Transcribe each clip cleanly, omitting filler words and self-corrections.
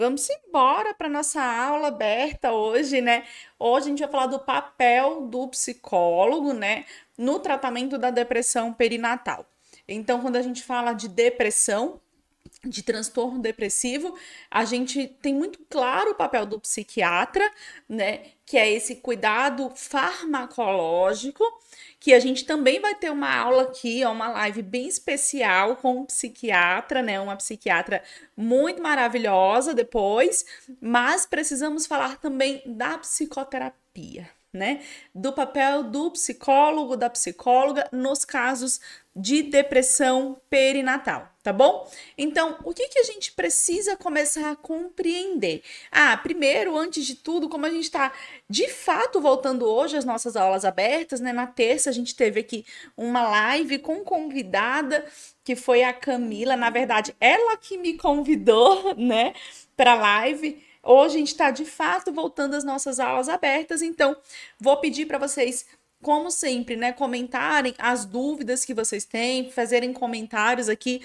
Vamos embora para nossa aula aberta hoje, né? Hoje a gente vai falar do papel do psicólogo, né, no tratamento da depressão perinatal. Então, quando a gente fala de depressão, de transtorno depressivo, a gente tem muito claro o papel do psiquiatra, né? Que é esse cuidado farmacológico, que a gente também vai ter uma aula aqui, uma live bem especial com um psiquiatra, né? Uma psiquiatra muito maravilhosa depois, mas precisamos falar também da psicoterapia, né? Do papel do psicólogo, da psicóloga nos casos de depressão perinatal, tá bom? Então, o que a gente precisa começar a compreender? Primeiro, antes de tudo, como a gente está de fato voltando hoje às nossas aulas abertas, né? Na terça a gente teve aqui uma live com convidada, que foi a Camila, na verdade, ela que me convidou, né, para a live. Hoje a gente está de fato voltando às nossas aulas abertas, então vou pedir para vocês, como sempre, né, comentarem as dúvidas que vocês têm, fazerem comentários aqui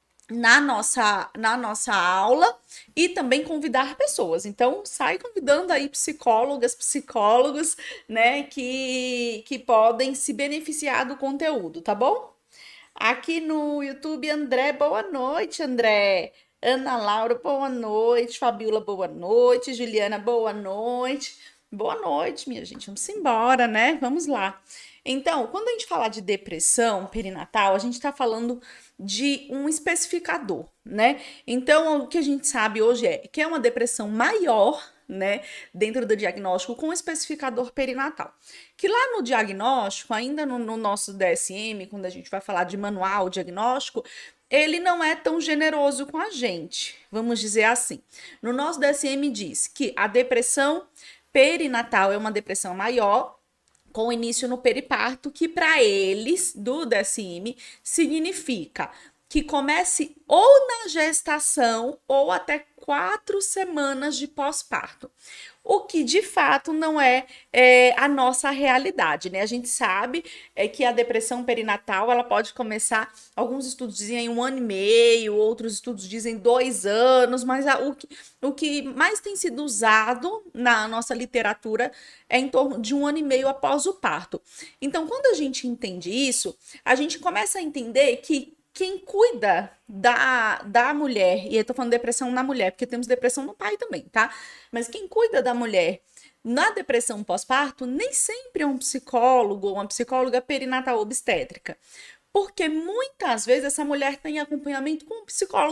na nossa aula e também convidar pessoas. Então, sai convidando aí psicólogas, psicólogos, né, que podem se beneficiar do conteúdo, tá bom? Aqui no YouTube, André, boa noite, André. Ana Laura, boa noite. Fabiola, boa noite. Juliana, boa noite. Boa noite, minha gente. Vamos embora, né? Vamos lá. Então, quando a gente fala de depressão perinatal, a gente está falando de um especificador, né? Então, o que a gente sabe hoje é que é uma depressão maior, né, dentro do diagnóstico com especificador perinatal. Que lá no diagnóstico, ainda no nosso DSM, quando a gente vai falar de manual diagnóstico, ele não é tão generoso com a gente, vamos dizer assim. No nosso DSM diz que a depressão perinatal é uma depressão maior, com início no periparto, que para eles, do DSM, significa que comece ou na gestação ou até 4 semanas de pós-parto. O que de fato não é a nossa realidade, né? A gente sabe que a depressão perinatal ela pode começar, alguns estudos dizem 1 ano e meio, outros estudos dizem 2 anos, mas o que mais tem sido usado na nossa literatura é em torno de 1 ano e meio após o parto. Então, quando a gente entende isso, a gente começa a entender que quem cuida da mulher, e eu tô falando depressão na mulher, porque temos depressão no pai também, tá? Mas quem cuida da mulher na depressão pós-parto nem sempre é um psicólogo ou uma psicóloga perinatal obstétrica. Porque muitas vezes essa mulher tem acompanhamento com um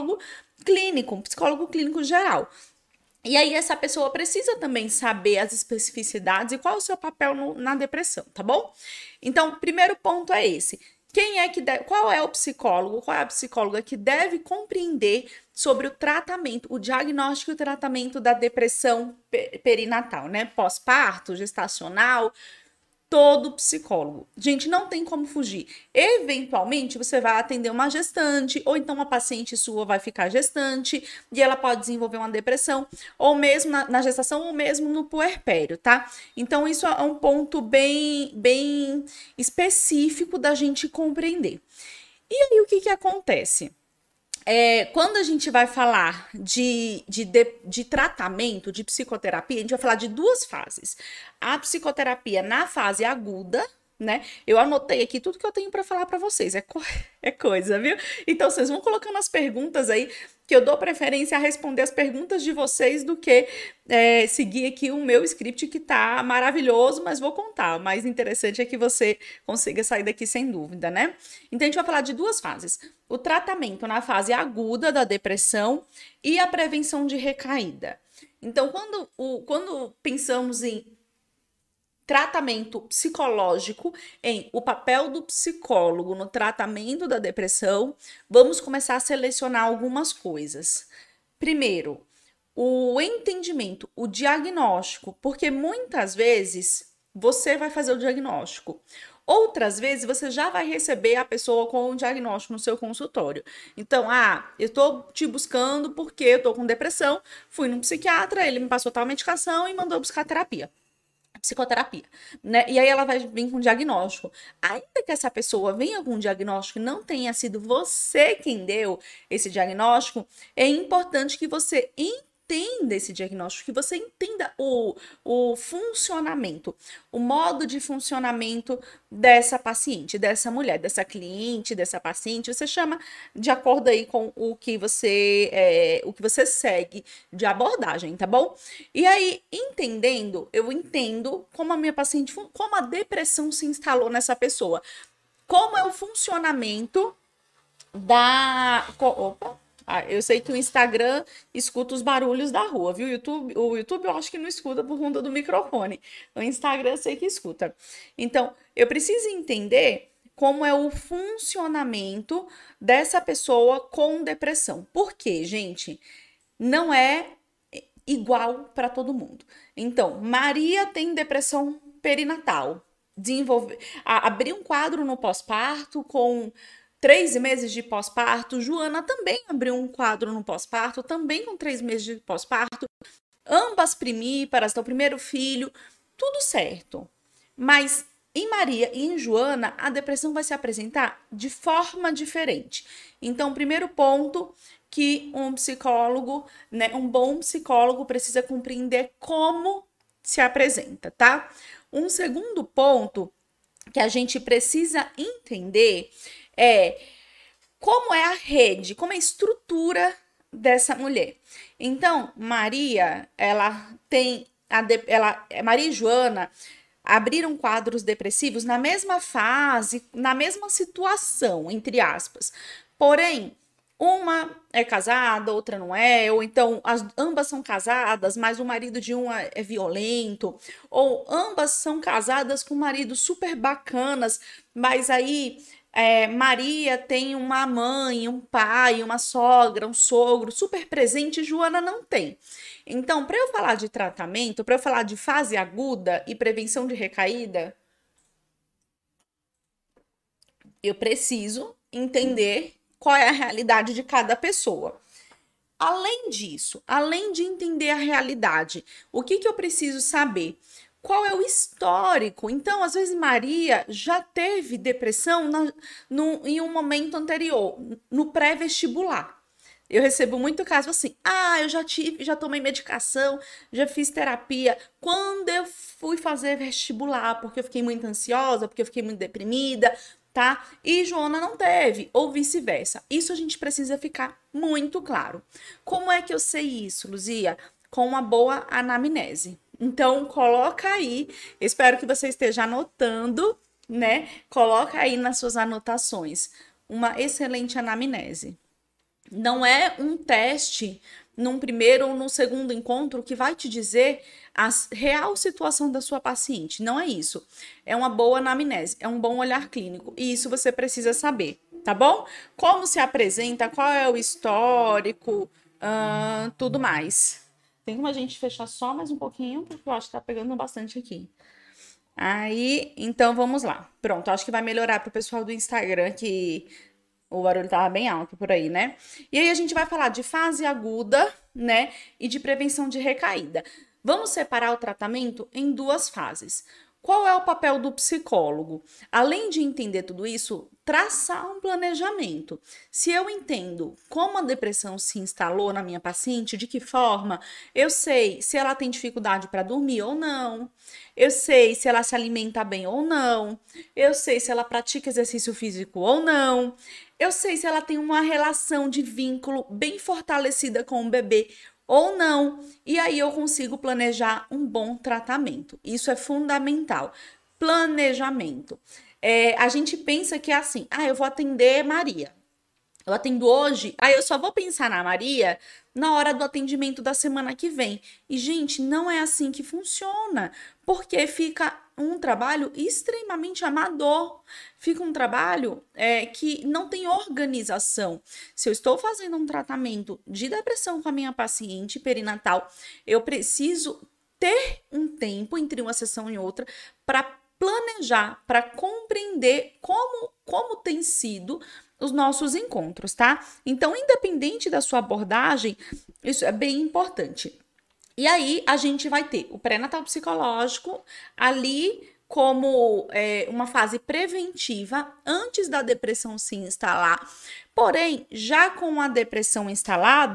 psicólogo clínico geral. E aí essa pessoa precisa também saber as especificidades e qual é o seu papel na depressão, tá bom? Então, o primeiro ponto é esse. Qual é o psicólogo, qual é a psicóloga que deve compreender sobre o tratamento, o diagnóstico e o tratamento da depressão perinatal, né? Pós-parto, gestacional, todo psicólogo. Gente, não tem como fugir. Eventualmente, você vai atender uma gestante, ou então uma paciente sua vai ficar gestante, e ela pode desenvolver uma depressão, ou mesmo na gestação, ou mesmo no puerpério, tá? Então, isso é um ponto bem específico da gente compreender. E aí, o que acontece? Quando a gente vai falar de tratamento, de psicoterapia, a gente vai falar de duas fases. A psicoterapia na fase aguda, né? Eu anotei aqui tudo que eu tenho para falar para vocês. É coisa, viu? Então, vocês vão colocando as perguntas aí, que eu dou preferência a responder as perguntas de vocês do que seguir aqui o meu script que tá maravilhoso, mas vou contar. O mais interessante é que você consiga sair daqui sem dúvida, né? Então, a gente vai falar de duas fases. O tratamento na fase aguda da depressão e a prevenção de recaída. Então, quando pensamos em tratamento psicológico, em o papel do psicólogo no tratamento da depressão, vamos começar a selecionar algumas coisas. Primeiro, o entendimento, o diagnóstico, porque muitas vezes você vai fazer o diagnóstico. Outras vezes você já vai receber a pessoa com o diagnóstico no seu consultório. Então, eu estou te buscando porque eu estou com depressão, fui num psiquiatra, ele me passou tal medicação e mandou buscar terapia. Psicoterapia, né? E aí ela vai vir com diagnóstico. Ainda que essa pessoa venha com um diagnóstico e não tenha sido você quem deu esse diagnóstico, é importante que você entenda esse diagnóstico, que você entenda o funcionamento, o modo de funcionamento dessa paciente, dessa mulher, dessa cliente, dessa paciente. Você chama de acordo aí com o que você segue de abordagem, tá bom? E aí, entendendo, eu entendo como a minha paciente, como a depressão se instalou nessa pessoa, como é o funcionamento Opa! Eu sei que o Instagram escuta os barulhos da rua, viu? O YouTube eu acho que não escuta por conta do microfone. O Instagram eu sei que escuta. Então, eu preciso entender como é o funcionamento dessa pessoa com depressão. Por quê, gente? Não é igual para todo mundo. Então, Maria tem depressão perinatal. Abrir um quadro no pós-parto com 3 meses de pós-parto. Joana também abriu um quadro no pós-parto, também com 3 meses de pós-parto. Ambas primíparas, do primeiro filho, tudo certo. Mas em Maria e em Joana, a depressão vai se apresentar de forma diferente. Então, primeiro ponto que um psicólogo, né, um bom psicólogo precisa compreender como se apresenta, tá? Um segundo ponto que a gente precisa entender é como é a rede, como é a estrutura dessa mulher. Então, Maria, Maria e Joana abriram quadros depressivos na mesma fase, na mesma situação, entre aspas. Porém, uma é casada, outra não é, ou então ambas são casadas, mas o marido de uma é violento, ou ambas são casadas com maridos super bacanas, mas aí Maria tem uma mãe, um pai, uma sogra, um sogro super presente, Joana não tem. Então, para eu falar de tratamento, para eu falar de fase aguda e prevenção de recaída, eu preciso entender qual é a realidade de cada pessoa. Além disso, além de entender a realidade, o que eu preciso saber? Qual é o histórico? Então, às vezes, Maria já teve depressão em um momento anterior, no pré-vestibular. Eu recebo muito caso assim, eu já tomei medicação, já fiz terapia. Quando eu fui fazer vestibular, porque eu fiquei muito ansiosa, porque eu fiquei muito deprimida, tá? E Joana não teve, ou vice-versa. Isso a gente precisa ficar muito claro. Como é que eu sei isso, Luzia? Com uma boa anamnese. Então, coloca aí, espero que você esteja anotando, né? Coloca aí nas suas anotações uma excelente anamnese. Não é um teste num primeiro ou no segundo encontro que vai te dizer a real situação da sua paciente. Não é isso. É uma boa anamnese, é um bom olhar clínico. E isso você precisa saber, tá bom? Como se apresenta, qual é o histórico, tudo mais. Tem como a gente fechar só mais um pouquinho, porque eu acho que tá pegando bastante aqui. Aí, então vamos lá. Pronto, acho que vai melhorar pro pessoal do Instagram que o barulho tava bem alto por aí, né? E aí a gente vai falar de fase aguda, né? E de prevenção de recaída. Vamos separar o tratamento em 2 fases. Qual é o papel do psicólogo? Além de entender tudo isso, traçar um planejamento. Se eu entendo como a depressão se instalou na minha paciente, de que forma, eu sei se ela tem dificuldade para dormir ou não, eu sei se ela se alimenta bem ou não, eu sei se ela pratica exercício físico ou não, eu sei se ela tem uma relação de vínculo bem fortalecida com o bebê ou não. E aí eu consigo planejar um bom tratamento. Isso é fundamental. Planejamento. A gente pensa que é assim, eu vou atender Maria. Eu atendo hoje, eu só vou pensar na Maria na hora do atendimento da semana que vem. E, gente, não é assim que funciona, porque fica um trabalho extremamente amador, fica um trabalho que não tem organização. Se eu estou fazendo um tratamento de depressão com a minha paciente perinatal, eu preciso ter um tempo entre uma sessão e outra para planejar, para compreender como tem sido os nossos encontros, tá? Então, independente da sua abordagem, isso é bem importante. E aí, a gente vai ter o pré-natal psicológico ali como uma fase preventiva antes da depressão se instalar. Porém, já com a depressão instalada,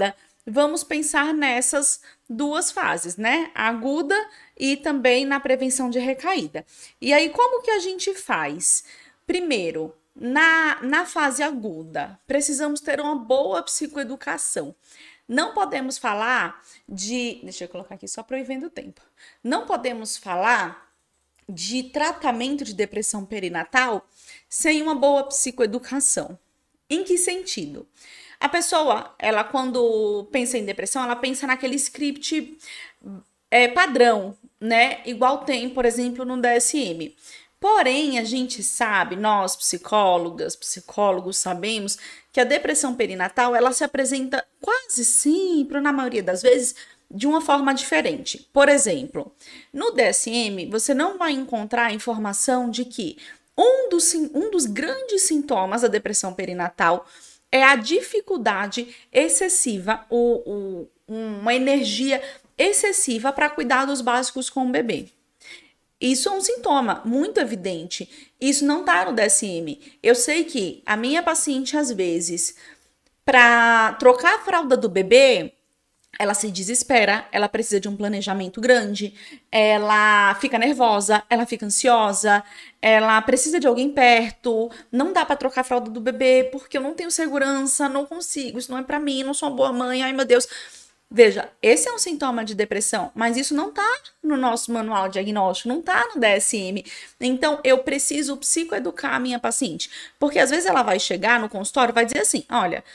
vamos pensar nessas duas fases, né? A aguda e também na prevenção de recaída. E aí, como que a gente faz? Primeiro, na fase aguda, precisamos ter uma boa psicoeducação. Não podemos falar de. Deixa eu colocar aqui só para eu ir vendo o tempo. Não podemos falar de tratamento de depressão perinatal sem uma boa psicoeducação. Em que sentido? A pessoa, ela quando pensa em depressão, ela pensa naquele script padrão, né? Igual tem, por exemplo, no DSM. Porém, a gente sabe, nós psicólogas, psicólogos sabemos que a depressão perinatal, ela se apresenta quase sempre, na maioria das vezes, de uma forma diferente. Por exemplo, no DSM, você não vai encontrar a informação de que um dos grandes sintomas da depressão perinatal é a dificuldade excessiva, uma energia excessiva para cuidados básicos com o bebê. Isso é um sintoma muito evidente. Isso não está no DSM. Eu sei que a minha paciente, às vezes, para trocar a fralda do bebê, ela se desespera, ela precisa de um planejamento grande, ela fica nervosa, ela fica ansiosa, ela precisa de alguém perto, não dá para trocar a fralda do bebê porque eu não tenho segurança, não consigo, isso não é para mim, não sou uma boa mãe, ai meu Deus. Veja, esse é um sintoma de depressão, mas isso não tá no nosso manual diagnóstico, não tá no DSM. Então, eu preciso psicoeducar a minha paciente, porque às vezes ela vai chegar no consultório e vai dizer assim, olha,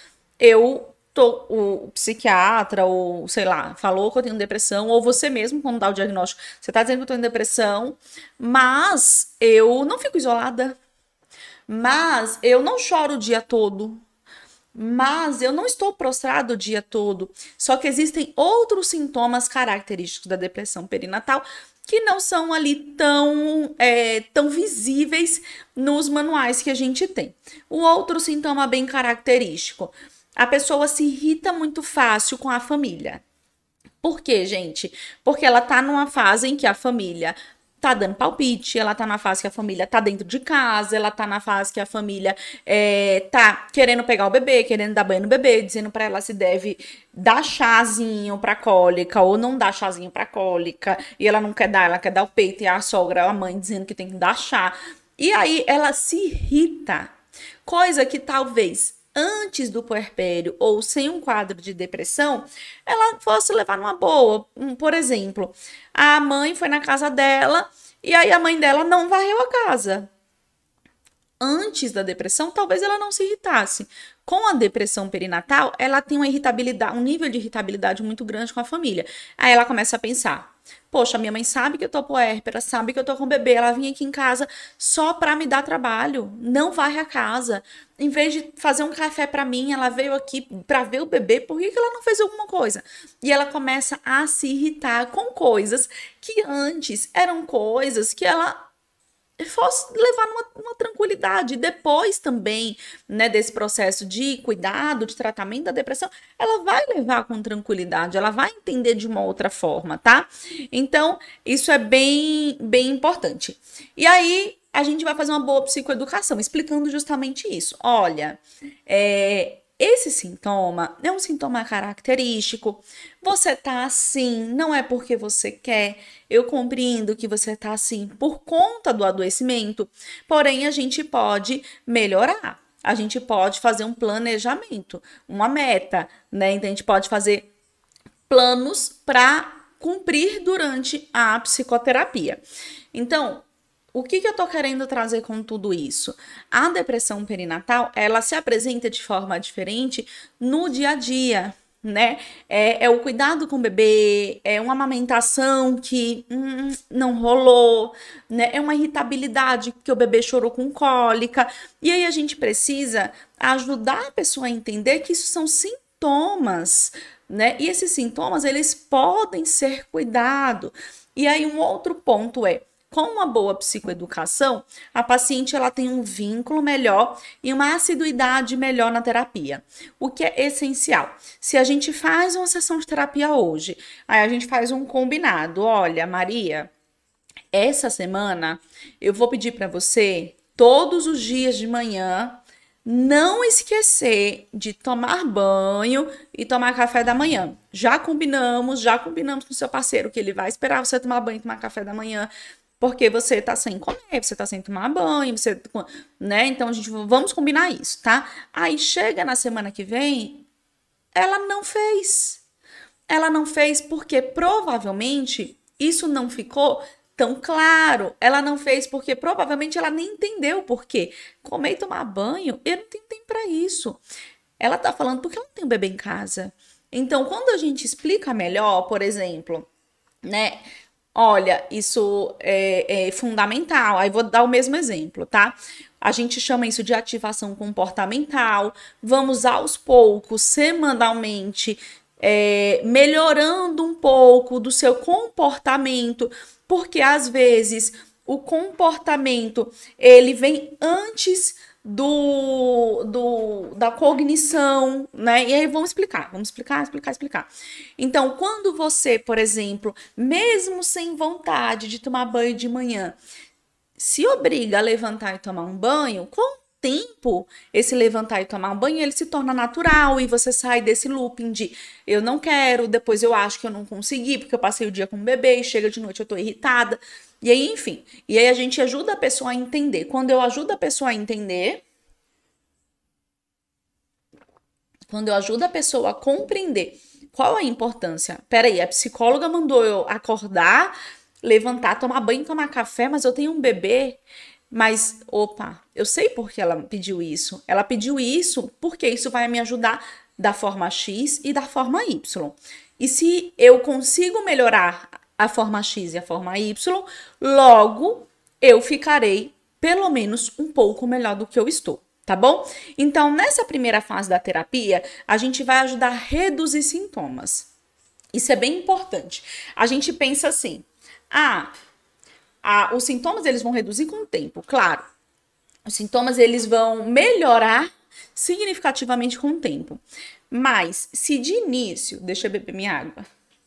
o psiquiatra, ou sei lá, falou que eu tenho depressão, ou você mesmo, quando dá o diagnóstico, você tá dizendo que eu tenho depressão, mas eu não fico isolada, mas eu não choro o dia todo, mas eu não estou prostrado o dia todo. Só que existem outros sintomas característicos da depressão perinatal que não são ali tão visíveis nos manuais que a gente tem. O outro sintoma bem característico, a pessoa se irrita muito fácil com a família. Por quê, gente? Porque ela tá numa fase em que a família tá dando palpite, ela tá na fase que a família tá dentro de casa, ela tá na fase que a família tá querendo pegar o bebê, querendo dar banho no bebê, dizendo pra ela se deve dar chazinho pra cólica ou não dar chazinho pra cólica, e ela não quer dar, ela quer dar o peito, e a sogra, a mãe dizendo que tem que dar chá. E aí ela se irrita, coisa que talvez antes do puerpério ou sem um quadro de depressão, ela fosse levar numa boa. Por exemplo, a mãe foi na casa dela e aí a mãe dela não varreu a casa. Antes da depressão, talvez ela não se irritasse. Com a depressão perinatal, ela tem uma irritabilidade, um nível de irritabilidade muito grande com a família. Aí ela começa a pensar: poxa, minha mãe sabe que eu tô puérpera, sabe que eu tô com bebê, ela vinha aqui em casa só pra me dar trabalho, não varre a casa. Em vez de fazer um café pra mim, ela veio aqui pra ver o bebê, por que ela não fez alguma coisa? E ela começa a se irritar com coisas que antes eram coisas que ela fosse levar numa tranquilidade. Depois também, né, desse processo de cuidado, de tratamento da depressão, ela vai levar com tranquilidade, ela vai entender de uma outra forma, tá? Então, isso é bem importante. E aí, a gente vai fazer uma boa psicoeducação, explicando justamente isso. Olha, esse sintoma é um sintoma característico. Você tá assim, não é porque você quer. Eu compreendo que você tá assim por conta do adoecimento, porém a gente pode melhorar. A gente pode fazer um planejamento, uma meta, né? Então a gente pode fazer planos para cumprir durante a psicoterapia. Então, o que eu tô querendo trazer com tudo isso? A depressão perinatal, ela se apresenta de forma diferente no dia a dia, né? É o cuidado com o bebê, é uma amamentação que não rolou, né? É uma irritabilidade porque o bebê chorou com cólica. E aí a gente precisa ajudar a pessoa a entender que isso são sintomas, né? E esses sintomas, eles podem ser cuidados. E aí um outro ponto com uma boa psicoeducação, a paciente ela tem um vínculo melhor e uma assiduidade melhor na terapia, o que é essencial. Se a gente faz uma sessão de terapia hoje, aí a gente faz um combinado. Olha, Maria, essa semana eu vou pedir para você, todos os dias de manhã, não esquecer de tomar banho e tomar café da manhã. Já combinamos com o seu parceiro que ele vai esperar você tomar banho e tomar café da manhã, porque você tá sem comer, você tá sem tomar banho, você, né? Então vamos combinar isso, tá? Aí chega na semana que vem, ela não fez. Ela não fez porque provavelmente isso não ficou tão claro. Ela não fez porque provavelmente ela nem entendeu por quê. Comer e tomar banho, eu não tenho tempo para isso. Ela tá falando porque ela não tem um bebê em casa. Então, quando a gente explica melhor, por exemplo, né? Olha, isso é fundamental. Aí vou dar o mesmo exemplo, tá? A gente chama isso de ativação comportamental. Vamos aos poucos, semanalmente, melhorando um pouco do seu comportamento, porque às vezes o comportamento ele vem antes da cognição, né? E aí vamos explicar. Então, quando você, por exemplo, mesmo sem vontade de tomar banho de manhã, se obriga a levantar e tomar um banho, com o tempo, esse levantar e tomar um banho, ele se torna natural e você sai desse looping de eu não quero, depois eu acho que eu não consegui, porque eu passei o dia com o bebê e chega de noite eu tô irritada. E aí, enfim, e aí a gente ajuda a pessoa a entender. Quando eu ajudo a pessoa a entender, quando eu ajudo a pessoa a compreender qual a importância. Peraí, a psicóloga mandou eu acordar, levantar, tomar banho, tomar café, mas eu tenho um bebê. Mas, opa, eu sei por que ela pediu isso. Ela pediu isso porque isso vai me ajudar da forma X e da forma Y. E se eu consigo melhorar a forma X e a forma Y, logo eu ficarei pelo menos um pouco melhor do que eu estou. Tá bom? Então, nessa primeira fase da terapia, a gente vai ajudar a reduzir sintomas. Isso é bem importante. A gente pensa assim, os sintomas eles vão reduzir com o tempo, claro. Os sintomas eles vão melhorar significativamente com o tempo. Mas se de início, deixa eu beber minha água.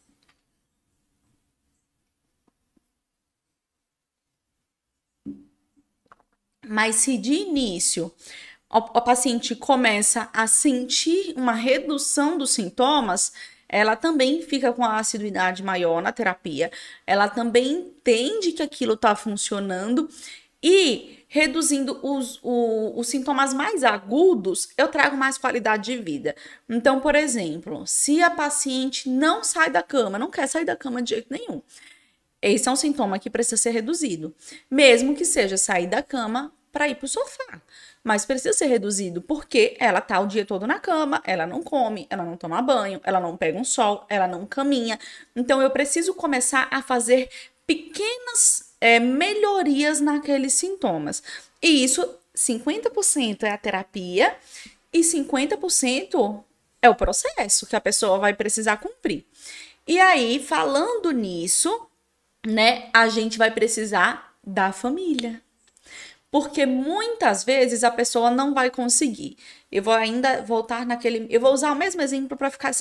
Mas se de início a paciente começa a sentir uma redução dos sintomas, ela também fica com a assiduidade maior na terapia, ela também entende que aquilo está funcionando e reduzindo os sintomas mais agudos, eu trago mais qualidade de vida. Então, por exemplo, se a paciente não sai da cama, não quer sair da cama de jeito nenhum, esse é um sintoma que precisa ser reduzido, mesmo que seja sair da cama para ir para o sofá. Mas precisa ser reduzido porque ela tá o dia todo na cama, ela não come, ela não toma banho, ela não pega um sol, ela não caminha. Então eu preciso começar a fazer pequenas melhorias naqueles sintomas. E isso, 50% é a terapia e 50% é o processo que a pessoa vai precisar cumprir. E aí, falando nisso, né, a gente vai precisar da família. Porque muitas vezes a pessoa não vai conseguir. Eu vou ainda voltar naquele. Eu vou usar o mesmo exemplo para ficar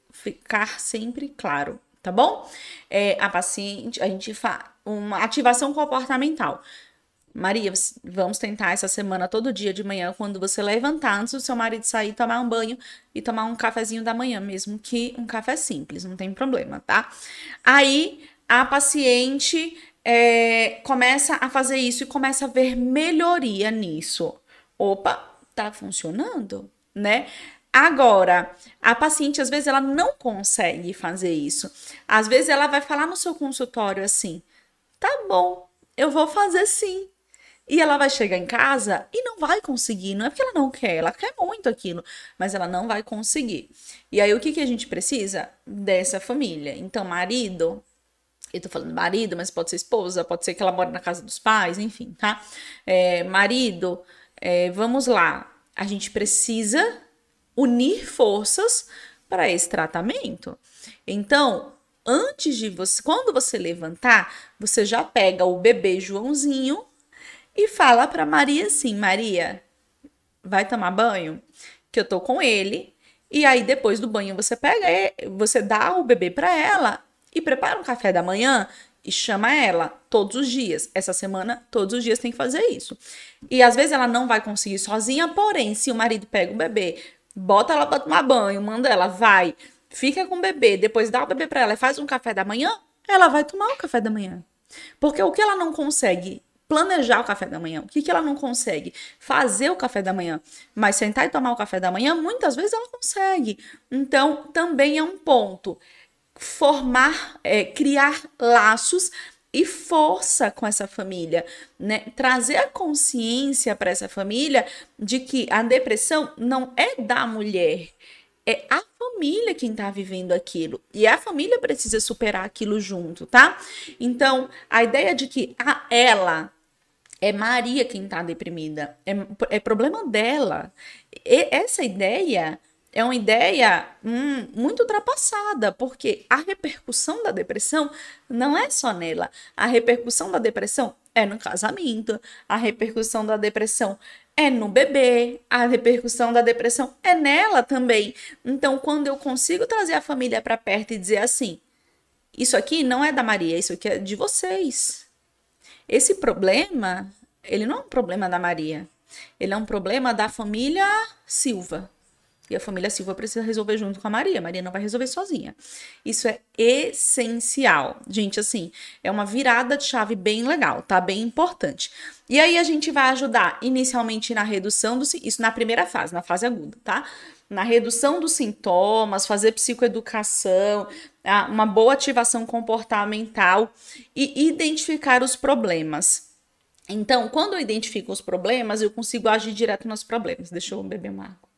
sempre claro, tá bom? A paciente, a gente faz uma ativação comportamental. Maria, vamos tentar essa semana todo dia de manhã, quando você levantar, antes do seu marido sair, tomar um banho e tomar um cafezinho da manhã, mesmo que um café simples, não tem problema, tá? Aí a paciente começa a fazer isso e começa a ver melhoria nisso. Opa, tá funcionando, né? Agora, a paciente, às vezes, ela não consegue fazer isso. Às vezes, ela vai falar no seu consultório assim, tá bom, eu vou fazer sim. E ela vai chegar em casa e não vai conseguir. Não é porque ela não quer, ela quer muito aquilo, mas ela não vai conseguir. E aí, o que a gente precisa? Dessa família. Então, marido, eu tô falando marido, mas pode ser esposa, pode ser que ela mora na casa dos pais, enfim, tá? Marido, vamos lá. A gente precisa unir forças para esse tratamento. Então, antes de você, quando você levantar, você já pega o bebê Joãozinho e fala para Maria assim, Maria, vai tomar banho? Que eu tô com ele. E aí, depois do banho, você dá o bebê para ela e prepara um café da manhã e chama ela todos os dias. Essa semana, todos os dias tem que fazer isso. E às vezes ela não vai conseguir sozinha, porém, se o marido pega o bebê, bota ela pra tomar banho, manda ela, vai, fica com o bebê, depois dá o bebê pra ela e faz um café da manhã, ela vai tomar o café da manhã. Porque o que ela não consegue planejar o café da manhã, o que ela não consegue fazer o café da manhã, mas sentar e tomar o café da manhã, muitas vezes ela consegue. Então, também é um ponto. Formar, criar laços e força com essa família, né? Trazer a consciência para essa família de que a depressão não é da mulher, é a família quem tá vivendo aquilo. E a família precisa superar aquilo junto, tá? Então, a ideia de que ela é Maria quem tá deprimida, é problema dela. E essa ideia é uma ideia muito ultrapassada, porque a repercussão da depressão não é só nela. A repercussão da depressão é no casamento, a repercussão da depressão é no bebê, a repercussão da depressão é nela também. Então, quando eu consigo trazer a família para perto e dizer assim, isso aqui não é da Maria, isso aqui é de vocês. Esse problema, ele não é um problema da Maria, ele é um problema da família Silva. E a família Silva precisa resolver junto com a Maria. A Maria não vai resolver sozinha. Isso é essencial. Gente, assim, é uma virada de chave bem legal, tá? Bem importante. E aí a gente vai ajudar inicialmente na redução isso na primeira fase, na fase aguda, tá? Na redução dos sintomas, fazer psicoeducação, uma boa ativação comportamental e identificar os problemas. Então, quando eu identifico os problemas, eu consigo agir direto nos problemas. Deixa eu beber uma água.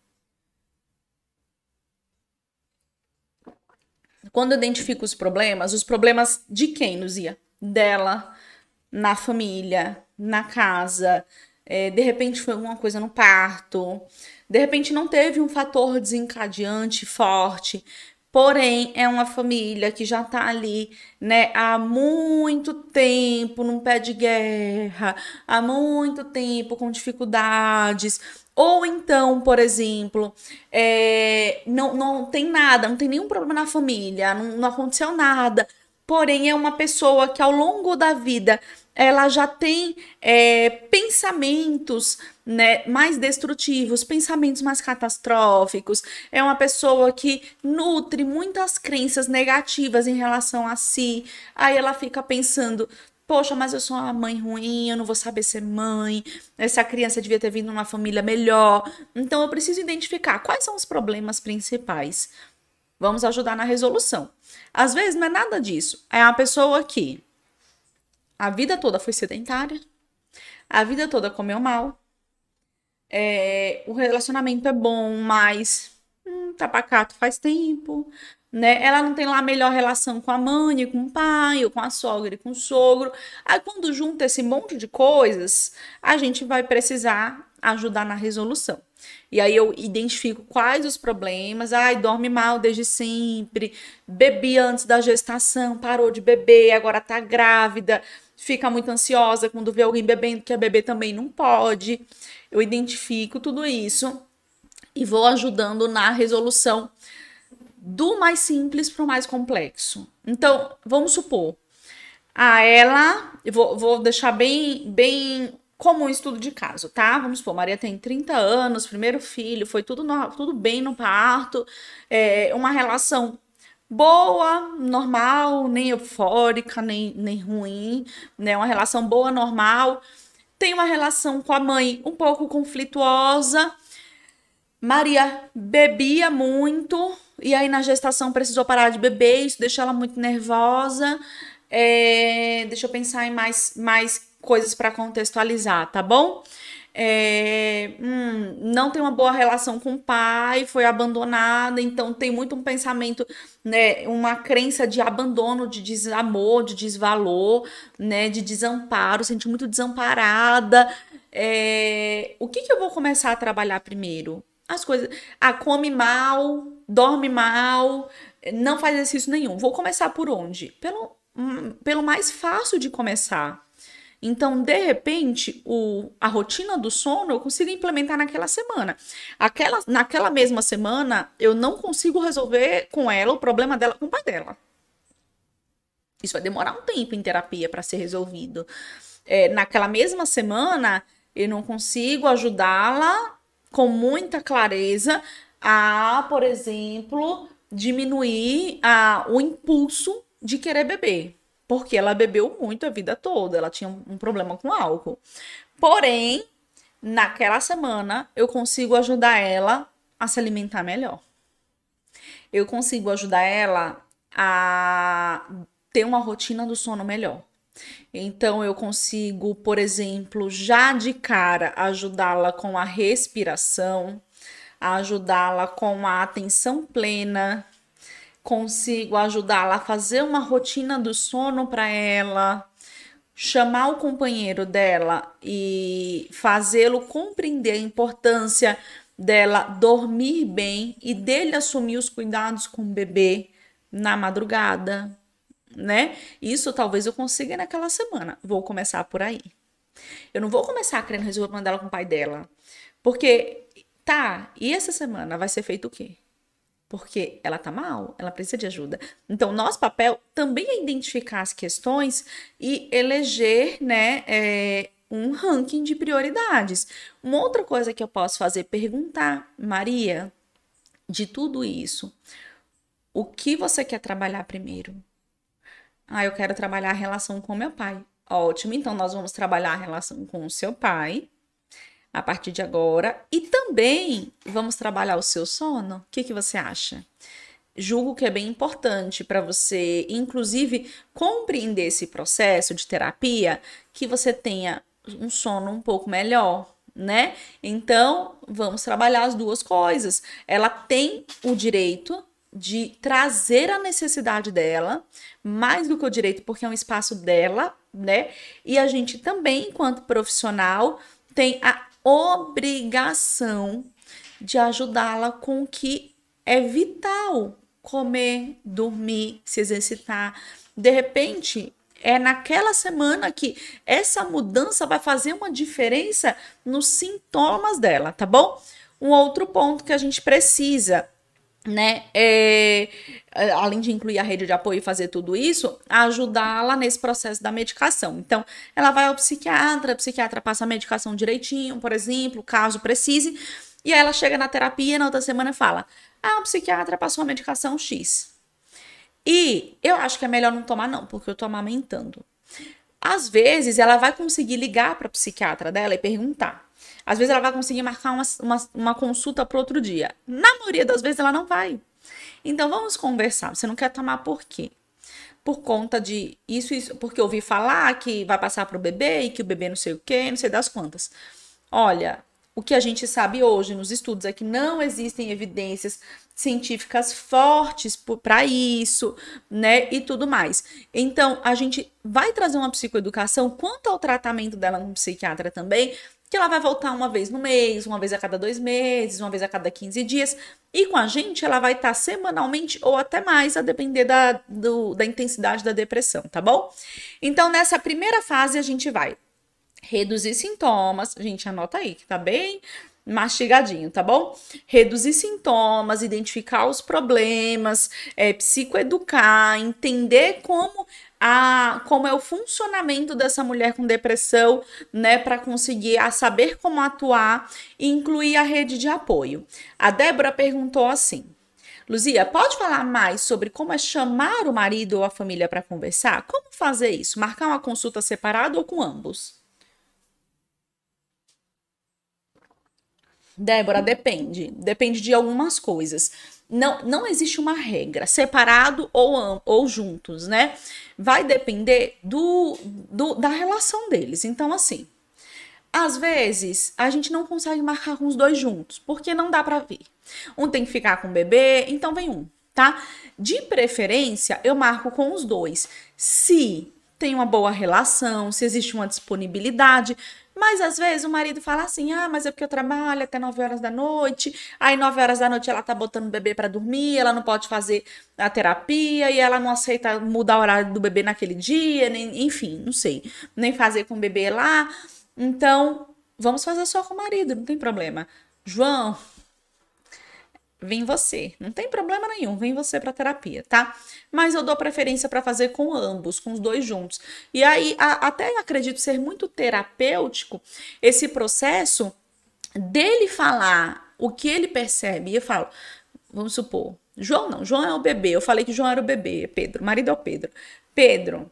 Quando eu identifico os problemas de quem, Luzia? Dela, na família, na casa, de repente foi alguma coisa no parto, de repente não teve um fator desencadeante forte, porém é uma família que já tá ali, né, há muito tempo num pé de guerra, há muito tempo com dificuldades. Ou então, por exemplo, não tem nada, não tem nenhum problema na família, não aconteceu nada. Porém, é uma pessoa que ao longo da vida ela já tem pensamentos, né, mais destrutivos, pensamentos mais catastróficos. É uma pessoa que nutre muitas crenças negativas em relação a si. Aí ela fica pensando, poxa, mas eu sou uma mãe ruim, eu não vou saber ser mãe, essa criança devia ter vindo numa família melhor. Então, eu preciso identificar quais são os problemas principais. Vamos ajudar na resolução. Às vezes, não é nada disso. É uma pessoa que a vida toda foi sedentária, a vida toda comeu mal, o relacionamento é bom, mas tá pacato faz tempo, né? Ela não tem lá a melhor relação com a mãe, com o pai, ou com a sogra e com o sogro. Aí quando junta esse monte de coisas, a gente vai precisar ajudar na resolução. E aí eu identifico quais os problemas. Ai, dorme mal desde sempre, bebi antes da gestação, parou de beber, agora tá grávida, fica muito ansiosa quando vê alguém bebendo, quer beber também não pode. Eu identifico tudo isso e vou ajudando na resolução do mais simples para o mais complexo. Então, vamos supor, eu vou deixar bem como um estudo de caso, tá? Vamos supor, Maria tem 30 anos, primeiro filho, foi tudo bem no parto, uma relação boa, normal, nem eufórica, nem ruim, né? Uma relação boa, normal. Tem uma relação com a mãe um pouco conflituosa. Maria bebia muito e aí na gestação precisou parar de beber, isso deixou ela muito nervosa. Deixa eu pensar em mais coisas para contextualizar, tá bom? Não tem uma boa relação com o pai, foi abandonada, então tem muito um pensamento, né, uma crença de abandono, de desamor, de desvalor, né, de desamparo, sente muito desamparada. O que eu vou começar a trabalhar primeiro? As coisas. Come mal, dorme mal, não faz exercício nenhum. Vou começar por onde? Pelo mais fácil de começar. Então, de repente, a rotina do sono eu consigo implementar naquela semana. Naquela mesma semana, eu não consigo resolver com ela o problema dela com o pai dela. Isso vai demorar um tempo em terapia para ser resolvido. Naquela mesma semana, eu não consigo ajudá-la com muita clareza a, por exemplo, diminuir o impulso de querer beber. Porque ela bebeu muito a vida toda, ela tinha um problema com álcool. Porém, naquela semana, eu consigo ajudar ela a se alimentar melhor. Eu consigo ajudar ela a ter uma rotina do sono melhor. Então, eu consigo, por exemplo, já de cara, ajudá-la com a respiração, ajudá-la com a atenção plena, consigo ajudá-la a fazer uma rotina do sono para ela, chamar o companheiro dela e fazê-lo compreender a importância dela dormir bem e dele assumir os cuidados com o bebê na madrugada, né? Isso talvez eu consiga naquela semana. Vou começar por aí. Eu não vou começar querendo resolver o problema dela com o pai dela. Porque, tá, e essa semana vai ser feito o quê? Porque ela tá mal, ela precisa de ajuda. Então, nosso papel também é identificar as questões e eleger, né, um ranking de prioridades. Uma outra coisa que eu posso fazer é perguntar, Maria, de tudo isso, o que você quer trabalhar primeiro? Ah, eu quero trabalhar a relação com meu pai. Ótimo, então nós vamos trabalhar a relação com o seu pai a partir de agora e também vamos trabalhar o seu sono. O que você acha? Julgo que é bem importante para você, inclusive, compreender esse processo de terapia, que você tenha um sono um pouco melhor, né? Então, vamos trabalhar as duas coisas. Ela tem o direito de trazer a necessidade dela, mais do que o direito, porque é um espaço dela, né? E a gente também, enquanto profissional, tem a obrigação de ajudá-la com o que é vital: comer, dormir, se exercitar. De repente, é naquela semana que essa mudança vai fazer uma diferença nos sintomas dela, tá bom? Um outro ponto que a gente precisa, né, além de incluir a rede de apoio e fazer tudo isso, ajudá-la nesse processo da medicação. Então, ela vai ao psiquiatra, o psiquiatra passa a medicação direitinho, por exemplo, caso precise, e aí ela chega na terapia e na outra semana fala: ah, o psiquiatra passou a medicação X. E eu acho que é melhor não tomar não, porque eu tô amamentando. Às vezes, ela vai conseguir ligar para a psiquiatra dela e perguntar. Às vezes ela vai conseguir marcar uma consulta para outro dia. Na maioria das vezes ela não vai. Então vamos conversar. Você não quer tomar por quê? Por conta de isso, porque eu ouvi falar que vai passar para o bebê e que o bebê não sei o quê, não sei das quantas. Olha, o que a gente sabe hoje nos estudos é que não existem evidências científicas fortes para isso, né? E tudo mais. Então, a gente vai trazer uma psicoeducação quanto ao tratamento dela com psiquiatra também, que ela vai voltar uma vez no mês, uma vez a cada 2 meses, uma vez a cada 15 dias. E com a gente, ela vai estar semanalmente ou até mais, a depender da intensidade da depressão, tá bom? Então, nessa primeira fase, a gente vai reduzir sintomas. A gente anota aí, que tá bem mastigadinho, tá bom? Reduzir sintomas, identificar os problemas, psicoeducar, entender como é o funcionamento dessa mulher com depressão, né, para conseguir saber como atuar e incluir a rede de apoio. A Débora perguntou assim: Luzia, pode falar mais sobre como é chamar o marido ou a família para conversar? Como fazer isso? Marcar uma consulta separada ou com ambos? Débora, depende. Depende de algumas coisas. Não existe uma regra, separado ou juntos, né? Vai depender da relação deles. Então, assim, às vezes a gente não consegue marcar com os dois juntos, porque não dá pra vir. Um tem que ficar com o bebê, então vem um, tá? De preferência, eu marco com os dois. Se tem uma boa relação, se existe uma disponibilidade. Mas às vezes o marido fala assim: ah, mas é porque eu trabalho até 9 horas da noite, aí 9 horas da noite ela tá botando o bebê pra dormir, ela não pode fazer a terapia e ela não aceita mudar o horário do bebê naquele dia, nem, enfim, não sei, nem fazer com o bebê lá. Então, vamos fazer só com o marido, não tem problema. João, vem você. Não tem problema nenhum, vem você para terapia, tá? Mas eu dou preferência para fazer com ambos, com os dois juntos. E aí, até acredito ser muito terapêutico esse processo dele falar o que ele percebe. E eu falo, vamos supor, João não, João é o bebê. Eu falei que João era o bebê, Pedro, o marido é o Pedro. Pedro,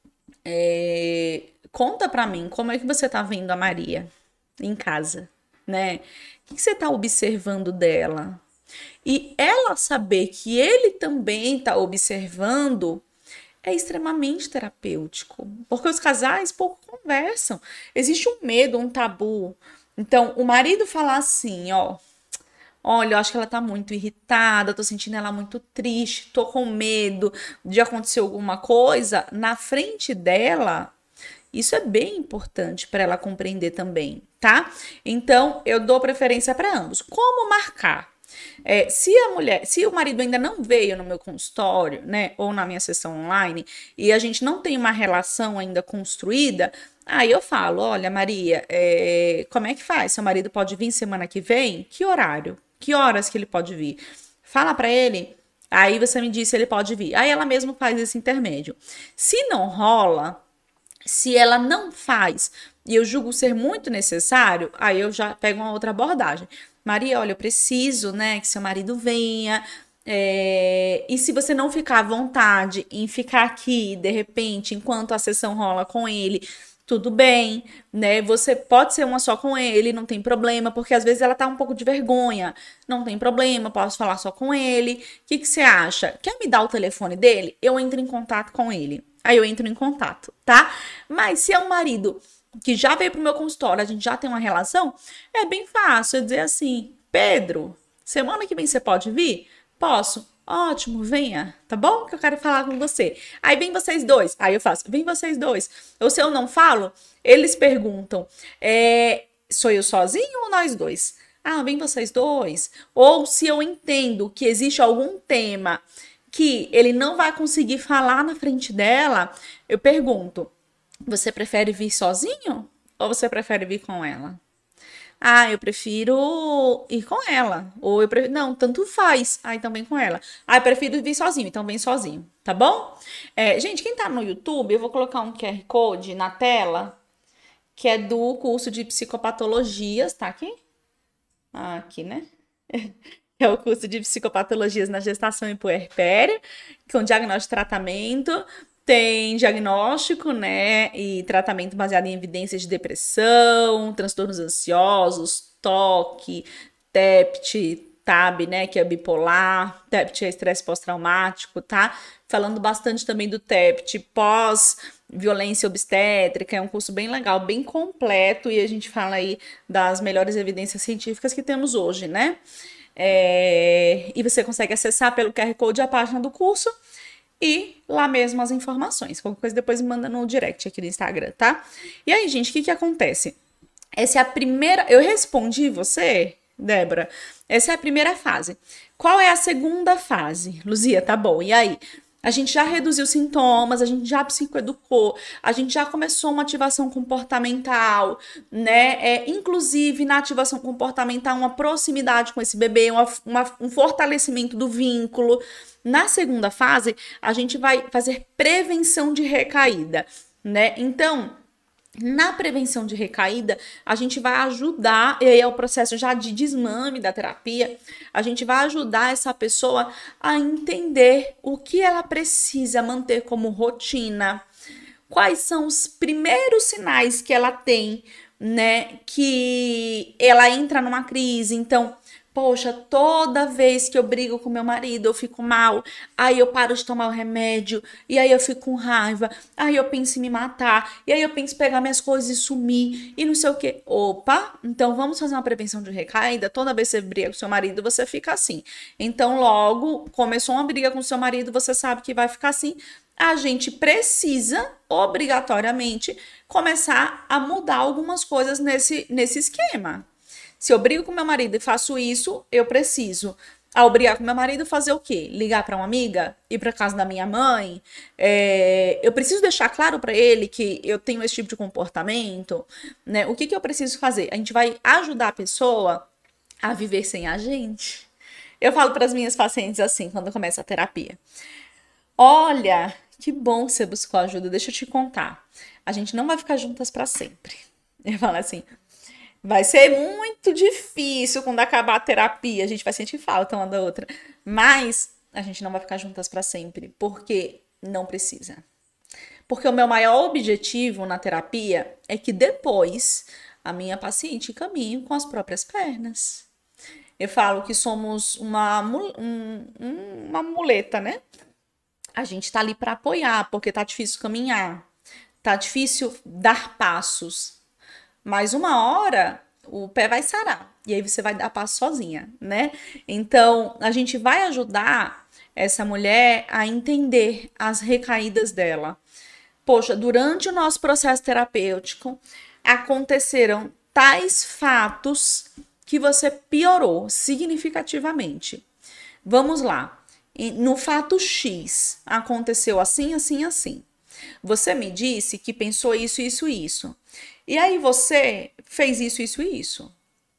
conta pra mim como é que você tá vendo a Maria em casa, né? O que você tá observando dela? E ela saber que ele também tá observando é extremamente terapêutico, porque os casais pouco conversam. Existe um medo, um tabu. Então, o marido falar assim, ó, olha, eu acho que ela tá muito irritada, tô sentindo ela muito triste, tô com medo de acontecer alguma coisa na frente dela. Isso é bem importante para ela compreender também, tá? Então, eu dou preferência para ambos. Como marcar? Se o marido ainda não veio no meu consultório, né, ou na minha sessão online, e a gente não tem uma relação ainda construída, aí eu falo, olha, Maria, como é que faz? Seu marido pode vir semana que vem? Que horário? Que horas que ele pode vir? Fala para ele. Aí você me diz se ele pode vir. Aí ela mesma faz esse intermédio. Se não rola, se ela não faz e eu julgo ser muito necessário, aí eu já pego uma outra abordagem. Maria, olha, eu preciso, né, que seu marido venha. E se você não ficar à vontade em ficar aqui, de repente, enquanto a sessão rola com ele, tudo bem, né? Você pode ser uma só com ele, não tem problema, porque às vezes ela tá um pouco de vergonha. Não tem problema, posso falar só com ele. O que você acha? Quer me dar o telefone dele? Eu entro em contato com ele. Aí eu entro em contato, tá? Mas se é um marido que já veio pro meu consultório, a gente já tem uma relação, é bem fácil eu dizer assim, Pedro, semana que vem você pode vir? Posso. Ótimo, venha, tá bom? Que eu quero falar com você. Aí vem vocês dois. Aí eu faço, vem vocês dois. Ou se eu não falo, eles perguntam, sou eu sozinho ou nós dois? Ah, vem vocês dois. Ou se eu entendo que existe algum tema que ele não vai conseguir falar na frente dela, eu pergunto, você prefere vir sozinho ou você prefere vir com ela? Ah, eu prefiro ir com ela. Ou eu prefiro. Não, tanto faz. Ah, então vem com ela. Ah, eu prefiro vir sozinho, então vem sozinho, tá bom? Gente, quem tá no YouTube, eu vou colocar um QR Code na tela, que é do curso de psicopatologias, tá aqui? Aqui, né? É o curso de psicopatologias na gestação e puerpério, com diagnóstico e tratamento. Tem diagnóstico, né, e tratamento baseado em evidências de depressão, transtornos ansiosos, TOC, TEPT, TAB, né, que é bipolar, TEPT é estresse pós-traumático, tá? Falando bastante também do TEPT pós-violência obstétrica, é um curso bem legal, bem completo, e a gente fala aí das melhores evidências científicas que temos hoje, né? E você consegue acessar pelo QR Code a página do curso e lá mesmo as informações. Qualquer coisa depois me manda no direct aqui no Instagram, tá? E aí, gente, o que acontece? Essa é a primeira... Eu respondi você, Débora? Essa é a primeira fase. Qual é a segunda fase? Luzia, tá bom. E aí? A gente já reduziu sintomas, a gente já psicoeducou, a gente já começou uma ativação comportamental, né? Inclusive, na ativação comportamental, uma proximidade com esse bebê, um fortalecimento do vínculo. Na segunda fase, a gente vai fazer prevenção de recaída, né? Então, na prevenção de recaída, a gente vai ajudar, e aí é o processo já de desmame da terapia, a gente vai ajudar essa pessoa a entender o que ela precisa manter como rotina, quais são os primeiros sinais que ela tem, né, que ela entra numa crise. Então, poxa, toda vez que eu brigo com meu marido, eu fico mal, aí eu paro de tomar o remédio, e aí eu fico com raiva, aí eu penso em me matar, e aí eu penso em pegar minhas coisas e sumir, e não sei o quê. Opa, então vamos fazer uma prevenção de recaída? Toda vez que você briga com seu marido, você fica assim. Então, logo, começou uma briga com seu marido, você sabe que vai ficar assim. A gente precisa, obrigatoriamente, começar a mudar algumas coisas nesse esquema. Se eu brigo com meu marido e faço isso, eu preciso, ao brigar com meu marido, fazer o quê? Ligar para uma amiga? Ir para casa da minha mãe? Eu preciso deixar claro para ele que eu tenho esse tipo de comportamento, né? O que eu preciso fazer? A gente vai ajudar a pessoa a viver sem a gente. Eu falo para as minhas pacientes assim, quando começa a terapia. Olha, que bom que você buscou ajuda, deixa eu te contar. A gente não vai ficar juntas para sempre. Eu falo assim, vai ser muito difícil quando acabar a terapia, a gente vai sentir falta uma da outra, mas a gente não vai ficar juntas para sempre, porque não precisa. Porque o meu maior objetivo na terapia é que depois a minha paciente caminhe com as próprias pernas. Eu falo que somos uma muleta, né? A gente tá ali para apoiar, porque tá difícil caminhar, tá difícil dar passos. Mas uma hora o pé vai sarar e aí você vai dar passo sozinha, né? Então a gente vai ajudar essa mulher a entender as recaídas dela. Poxa, durante o nosso processo terapêutico aconteceram tais fatos que você piorou significativamente. Vamos lá. No fato X, aconteceu assim, assim, assim. Você me disse que pensou isso, isso, isso. E aí você fez isso, isso e isso.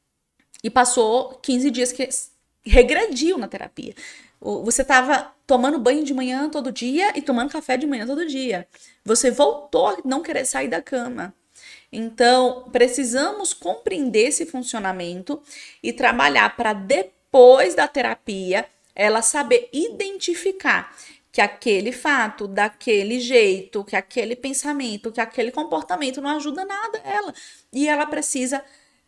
E passou 15 dias que regrediu na terapia. Você estava tomando banho de manhã todo dia e tomando café de manhã todo dia. Você voltou a não querer sair da cama. Então, precisamos compreender esse funcionamento e trabalhar para depois da terapia ela saber identificar que aquele fato, daquele jeito, que aquele pensamento, que aquele comportamento não ajuda nada ela. E ela precisa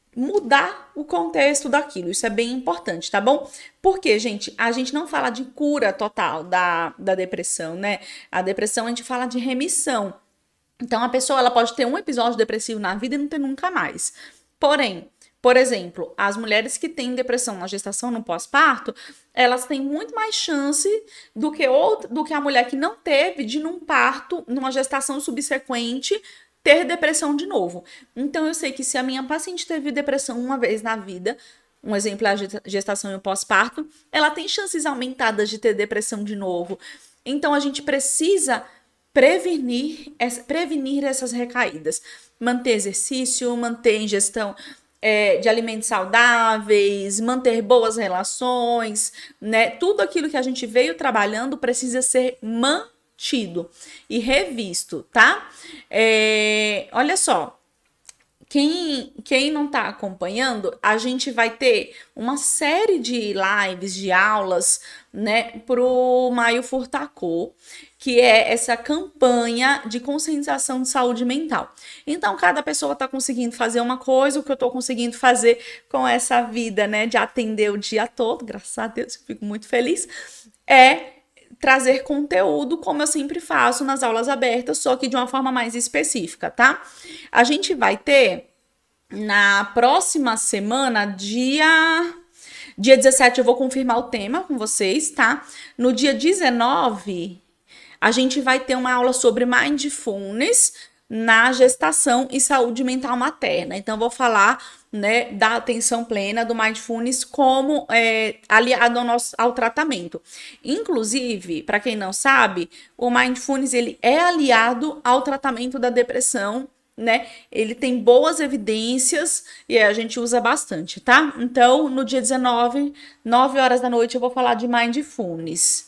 mudar o contexto daquilo. Isso é bem importante, tá bom? Porque, gente, a gente não fala de cura total da depressão, né? A depressão a gente fala de remissão. Então, a pessoa ela pode ter um episódio depressivo na vida e não ter nunca mais. Porém, por exemplo, as mulheres que têm depressão na gestação, no pós-parto, elas têm muito mais chance do que a mulher que não teve de num parto, numa gestação subsequente, ter depressão de novo. Então, eu sei que se a minha paciente teve depressão uma vez na vida, um exemplo é a gestação e o pós-parto, ela tem chances aumentadas de ter depressão de novo. Então, a gente precisa prevenir essas recaídas. Manter exercício, manter ingestão de alimentos saudáveis, manter boas relações, né? Tudo aquilo que a gente veio trabalhando precisa ser mantido e revisto, tá? Olha só, quem não está acompanhando, a gente vai ter uma série de lives, de aulas, né, pro Maio Furtacô, que é essa campanha de conscientização de saúde mental. Então, cada pessoa está conseguindo fazer uma coisa, o que eu estou conseguindo fazer com essa vida, né, de atender o dia todo, graças a Deus, eu fico muito feliz, é trazer conteúdo, como eu sempre faço nas aulas abertas, só que de uma forma mais específica, tá? A gente vai ter na próxima semana, dia 17, eu vou confirmar o tema com vocês, tá? No dia 19, a gente vai ter uma aula sobre Mindfulness na gestação e saúde mental materna. Então, eu vou falar, né, da atenção plena do Mindfulness como aliado ao tratamento. Inclusive, para quem não sabe, o Mindfulness ele é aliado ao tratamento da depressão, né? Ele tem boas evidências e a gente usa bastante, tá? Então, no dia 19, 9 horas da noite, eu vou falar de Mindfulness.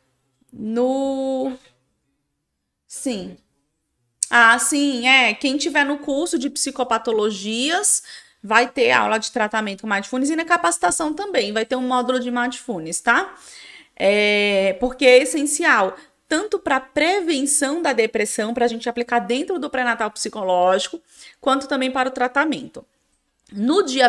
Sim. Ah, sim, Quem tiver no curso de psicopatologias vai ter aula de tratamento com Mindfulness e na capacitação também vai ter um módulo de Mindfulness, tá? Porque é essencial, tanto para prevenção da depressão, para a gente aplicar dentro do pré-natal psicológico, quanto também para o tratamento. No dia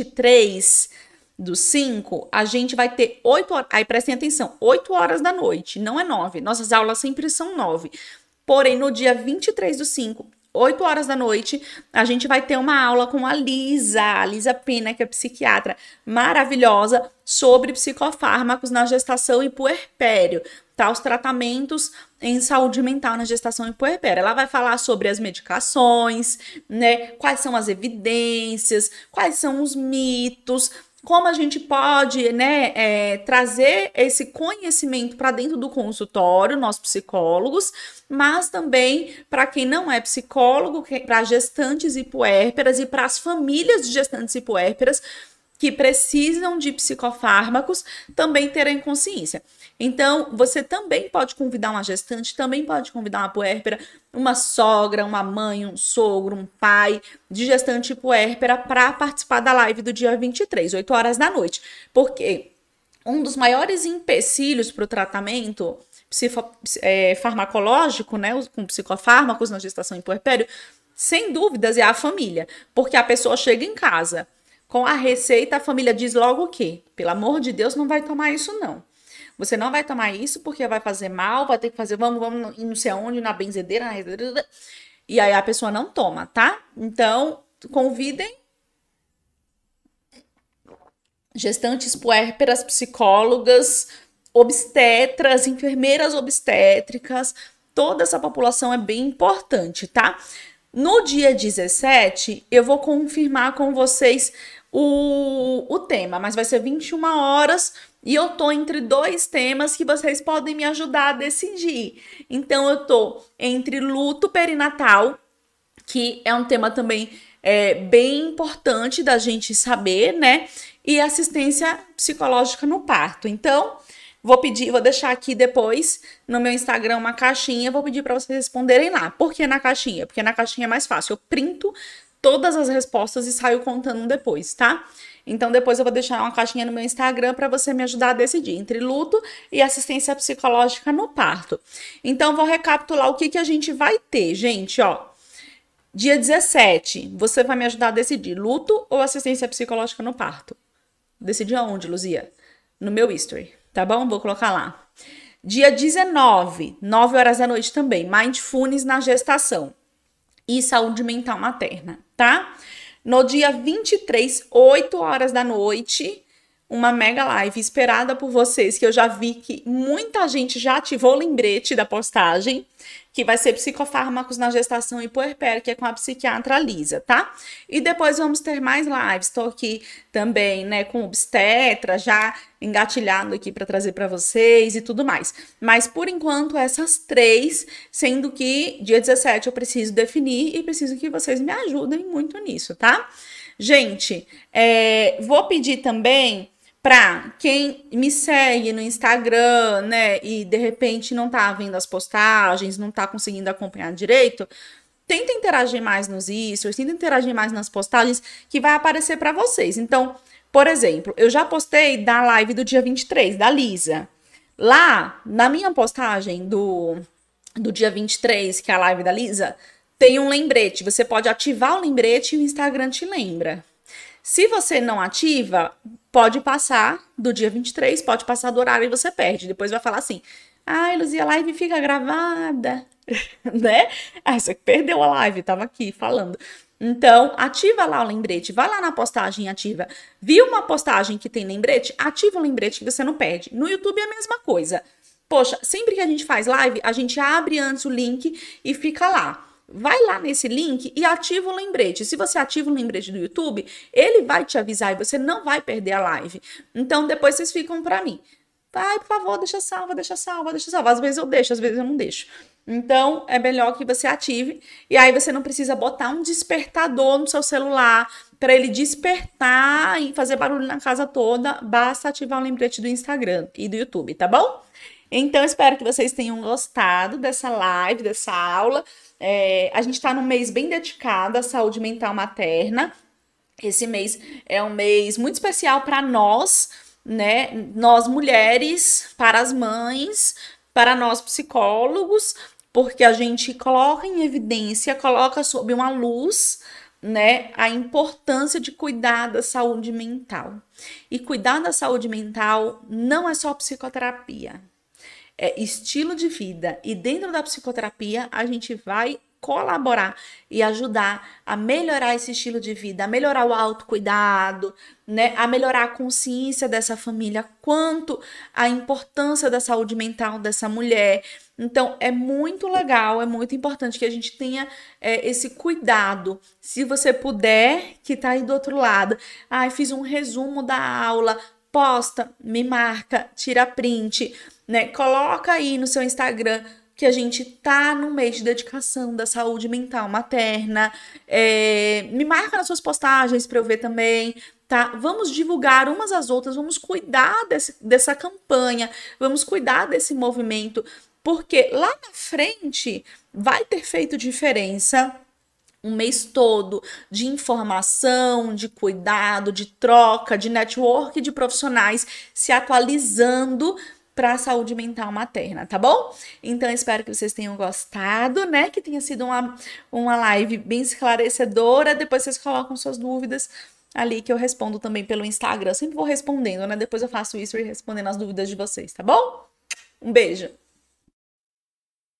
23/5, a gente vai ter 8 horas, aí prestem atenção, 8 horas da noite, não é 9, nossas aulas sempre são 9. Porém, no dia 23/5, 8 horas da noite, a gente vai ter uma aula com a Lisa Pena, que é psiquiatra maravilhosa, sobre psicofármacos na gestação e puerpério, tá? Os tratamentos em saúde mental na gestação e puerpério. Ela vai falar sobre as medicações, né? Quais são as evidências, quais são os mitos, como a gente pode, né, trazer esse conhecimento para dentro do consultório, nós psicólogos, mas também para quem não é psicólogo, para gestantes e puérperas e para as famílias de gestantes e puérperas, que precisam de psicofármacos também terem consciência. Então, você também pode convidar uma gestante, também pode convidar uma puérpera, uma sogra, uma mãe, um sogro, um pai de gestante puérpera para participar da live do dia 23, 8 horas da noite. Porque um dos maiores empecilhos para o tratamento farmacológico, né, com psicofármacos na gestação e puerpério, sem dúvidas, é a família. Porque a pessoa chega em casa com a receita, a família diz logo o quê? Pelo amor de Deus, não vai tomar isso, não. Você não vai tomar isso porque vai fazer mal, vai ter que fazer, vamos não sei aonde, na benzedeira, e aí a pessoa não toma, tá? Então, convidem gestantes puérperas, psicólogas, obstetras, enfermeiras obstétricas, toda essa população é bem importante, tá? No dia 17, eu vou confirmar com vocês o tema, mas vai ser 21 horas e eu tô entre dois temas que vocês podem me ajudar a decidir. Então, eu tô entre luto perinatal, que é um tema também bem importante da gente saber, né? E assistência psicológica no parto. Então, vou deixar aqui depois no meu Instagram uma caixinha, vou pedir para vocês responderem lá. Por que na caixinha? Porque na caixinha é mais fácil. Eu printo todas as respostas e saio contando depois, tá? Então, depois eu vou deixar uma caixinha no meu Instagram para você me ajudar a decidir entre luto e assistência psicológica no parto. Então, vou recapitular o que a gente vai ter, gente, ó. Dia 17, você vai me ajudar a decidir luto ou assistência psicológica no parto. Decidir aonde, Luzia? No meu history, tá bom? Vou colocar lá. Dia 19, 9 horas da noite também, Mindfulness na gestação e saúde mental materna, tá? No dia 23, 8 horas da noite, uma mega live esperada por vocês, que eu já vi que muita gente já ativou o lembrete da postagem, que vai ser psicofármacos na gestação e puerpério, que é com a psiquiatra Lisa, tá? E depois vamos ter mais lives. Estou aqui também, né, com obstetra, já engatilhado aqui para trazer para vocês e tudo mais. Mas por enquanto essas três, sendo que dia 17 eu preciso definir e preciso que vocês me ajudem muito nisso, tá? Gente, vou pedir também para quem me segue no Instagram, né, e de repente não tá vendo as postagens, não tá conseguindo acompanhar direito, tenta interagir mais nos stories, tenta interagir mais nas postagens que vai aparecer para vocês. Então, por exemplo, eu já postei da live do dia 23, da Lisa. Lá, na minha postagem do dia 23, que é a live da Lisa, tem um lembrete. Você pode ativar o lembrete e o Instagram te lembra. Se você não ativa, pode passar do dia 23, pode passar do horário e você perde. Depois vai falar assim, ai, Luzia, a live fica gravada, né? Ah, você perdeu a live, tava aqui falando. Então, ativa lá o lembrete, vai lá na postagem e ativa. Viu uma postagem que tem lembrete? Ativa o lembrete que você não perde. No YouTube é a mesma coisa. Poxa, sempre que a gente faz live, a gente abre antes o link e fica lá. Vai lá nesse link e ativa o lembrete. Se você ativa o lembrete do YouTube, ele vai te avisar e você não vai perder a live. Então, depois vocês ficam para mim. Vai, por favor, deixa salva, deixa salva, deixa salva. Às vezes eu deixo, às vezes eu não deixo. Então, é melhor que você ative. E aí você não precisa botar um despertador no seu celular para ele despertar e fazer barulho na casa toda. Basta ativar o lembrete do Instagram e do YouTube, tá bom? Então, espero que vocês tenham gostado dessa live, dessa aula. A gente está num mês bem dedicado à saúde mental materna. Esse mês é um mês muito especial para nós, né? Nós mulheres, para as mães, para nós psicólogos, porque a gente coloca em evidência, coloca sob uma luz, né, a importância de cuidar da saúde mental. E cuidar da saúde mental não é só psicoterapia. É estilo de vida. E dentro da psicoterapia, a gente vai colaborar e ajudar a melhorar esse estilo de vida, a melhorar o autocuidado, né? A melhorar a consciência dessa família, quanto a importância da saúde mental dessa mulher. Então, é muito legal, é muito importante que a gente tenha esse cuidado. Se você puder, que tá aí do outro lado. Fiz um resumo da aula, posta, me marca, tira print, né? Coloca aí no seu Instagram que a gente tá no mês de dedicação da saúde mental materna. Me marca nas suas postagens para eu ver também, tá? Vamos divulgar umas às outras, vamos cuidar dessa campanha, vamos cuidar desse movimento, porque lá na frente vai ter feito diferença um mês todo de informação, de cuidado, de troca, de network de profissionais se atualizando para a saúde mental materna, tá bom? Então, espero que vocês tenham gostado, né? Que tenha sido uma live bem esclarecedora. Depois vocês colocam suas dúvidas ali que eu respondo também pelo Instagram. Eu sempre vou respondendo, né? Depois eu faço isso e respondendo as dúvidas de vocês, tá bom? Um beijo!